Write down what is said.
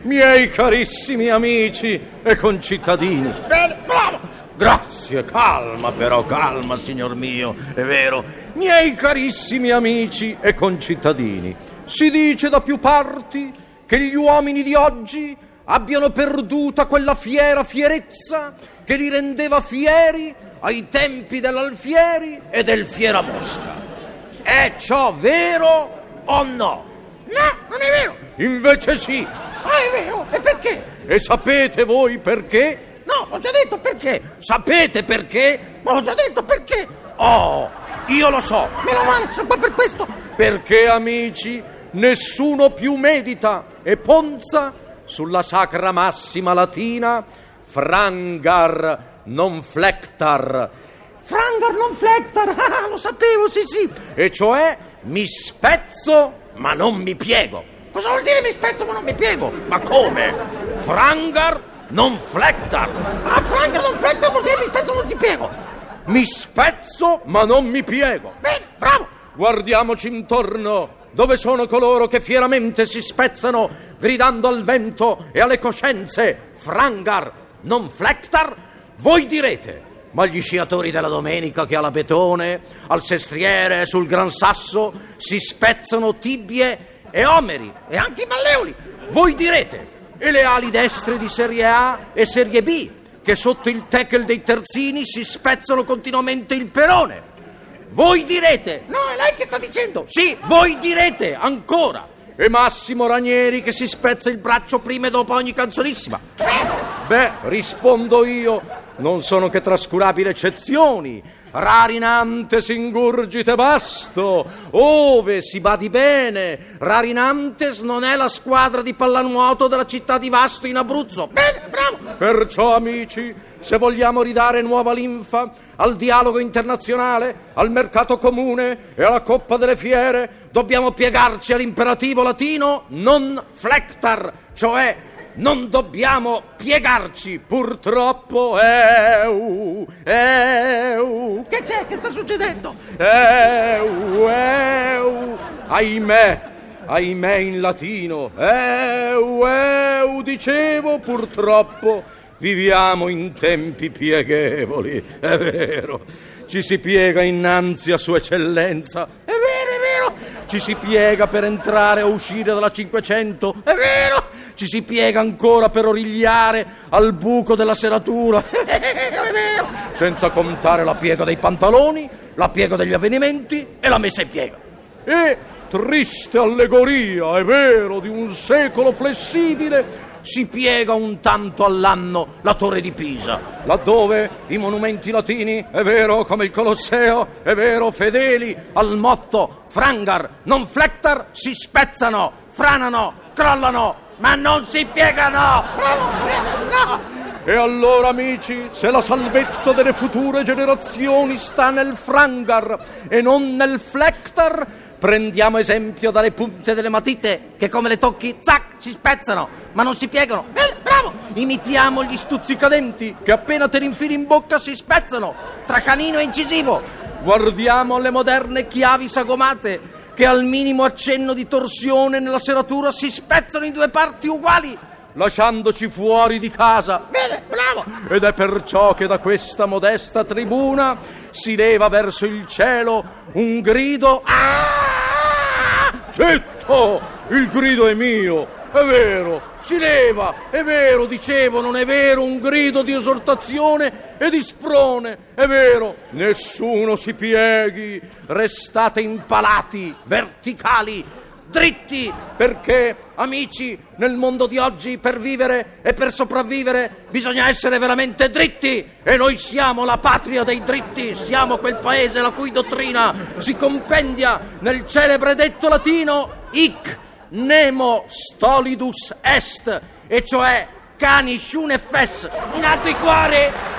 miei carissimi amici e concittadini. Bene, bravo! Grazie, calma però, calma, signor mio, è vero. Miei carissimi amici e concittadini, si dice da più parti che gli uomini di oggi abbiano perduta quella fiera fierezza che li rendeva fieri ai tempi dell'Alfieri e del Fieramosca. È ciò vero o no? No, non è vero! Invece sì! Ah, è vero! E perché? E sapete voi perché? No, ho già detto perché! Sapete perché? Ma ho già detto perché! Oh, io lo so! Meno male, sono qua per questo! Perché, amici, nessuno più medita e ponza sulla sacra massima latina frangar non flectar. Frangar non flectar! Ah, lo sapevo, sì! E cioè mi spezzo ma non mi piego. Cosa vuol dire mi spezzo ma non mi piego? Ma come? Frangar non flectar. Ah, frangar non flectar vuol dire mi spezzo non si piego. Mi spezzo ma non mi piego. Bene, bravo! Guardiamoci intorno. Dove sono coloro che fieramente si spezzano gridando al vento e alle coscienze frangar non flectar? Voi direte: ma gli sciatori della domenica che all'Abetone, al Sestriere, sul Gran Sasso si spezzano tibie e omeri e anche i malleoli. Voi direte: e le ali destre di Serie A e Serie B che sotto il tackle dei terzini si spezzano continuamente il perone? Voi direte: no, è lei che sta dicendo. Sì, voi direte ancora: e Massimo Ranieri che si spezza il braccio prima e dopo ogni canzonissima? Beh, rispondo io, non sono che trascurabili eccezioni. Rarinantes ingurgite basto, ove si badi bene, Rarinantes non è la squadra di pallanuoto della città di Vasto in Abruzzo. Bene, bravo! Perciò, amici, se vogliamo ridare nuova linfa al dialogo internazionale, al mercato comune e alla Coppa delle Fiere, dobbiamo piegarci all'imperativo latino non flectar, cioè non dobbiamo piegarci, purtroppo. Che c'è? Che sta succedendo? Ahimè in latino. Dicevo, purtroppo viviamo in tempi pieghevoli, è vero. Ci si piega innanzi a Sua Eccellenza. È vero! Ci si piega per entrare o uscire dalla 500. È vero! Ci si piega ancora per origliare al buco della serratura. È vero! Senza contare la piega dei pantaloni, la piega degli avvenimenti e la messa in piega. E, triste allegoria, è vero, di un secolo flessibile, si piega un tanto all'anno la Torre di Pisa, laddove i monumenti latini, è vero, come il Colosseo, è vero, fedeli al motto frangar non flectar, si spezzano, franano, crollano, ma non si piegano. Bravo! E allora, amici, se la salvezza delle future generazioni sta nel frangar e non nel flectar, prendiamo esempio dalle punte delle matite che, come le tocchi, zac, si spezzano, ma non si piegano. Bravo! Imitiamo gli stuzzicadenti che appena te li infili in bocca si spezzano, tra canino e incisivo. Guardiamo le moderne chiavi sagomate che al minimo accenno di torsione nella serratura si spezzano in due parti uguali, lasciandoci fuori di casa. Bene, bravo! Ed è perciò che da questa modesta tribuna si leva verso il cielo un grido. Zitto! Il grido è mio! È vero, si leva, è vero, dicevo, non è vero, un grido di esortazione e di sprone, è vero, nessuno si pieghi, restate impalati, verticali, dritti, perché, amici, nel mondo di oggi per vivere e per sopravvivere bisogna essere veramente dritti, e noi siamo la patria dei dritti, siamo quel paese la cui dottrina si compendia nel celebre detto latino hic nemo stolidus est, e cioè canis une fes, in alto i cuori.